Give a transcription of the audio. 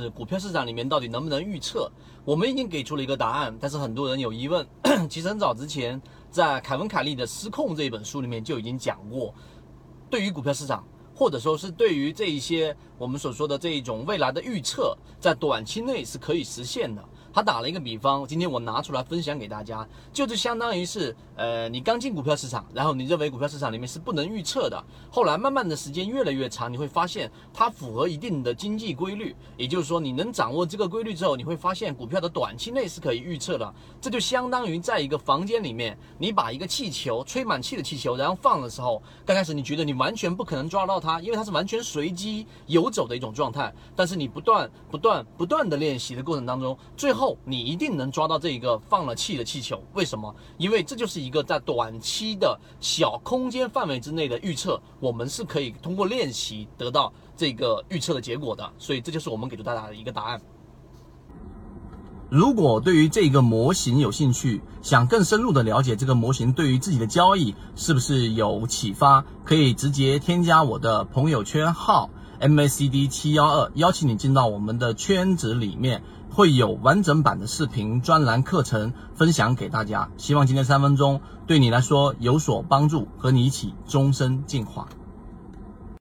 股票市场里面到底能不能预测？我们已经给出了一个答案，但是很多人有疑问。其实很早之前，在凯文·凯利的《失控》这一本书里面就已经讲过，对于股票市场，或者说是对于这一些我们所说的这一种未来的预测，在短期内是可以实现的。他打了一个比方，今天我拿出来分享给大家，就是相当于是，你刚进股票市场，然后你认为股票市场里面是不能预测的，后来慢慢的时间越来越长，你会发现它符合一定的经济规律，也就是说你能掌握这个规律之后，你会发现股票的短期内是可以预测的。这就相当于在一个房间里面，你把一个气球吹满气的气球，然后放的时候，刚开始你觉得你完全不可能抓到它，因为它是完全随机游走的一种状态，但是你不断的练习的过程当中，最后你一定能抓到这一个放了气的气球。为什么？因为这就是一个在短期的小空间范围之内的预测，我们是可以通过练习得到这个预测的结果的。所以这就是我们给出大家的一个答案。如果对于这个模型有兴趣，想更深入的了解这个模型对于自己的交易是不是有启发，可以直接添加我的朋友圈号 MACD712，邀请你进到我们的圈子里面，会有完整版的视频专栏课程分享给大家。希望今天3分钟对你来说有所帮助，和你一起终身进化。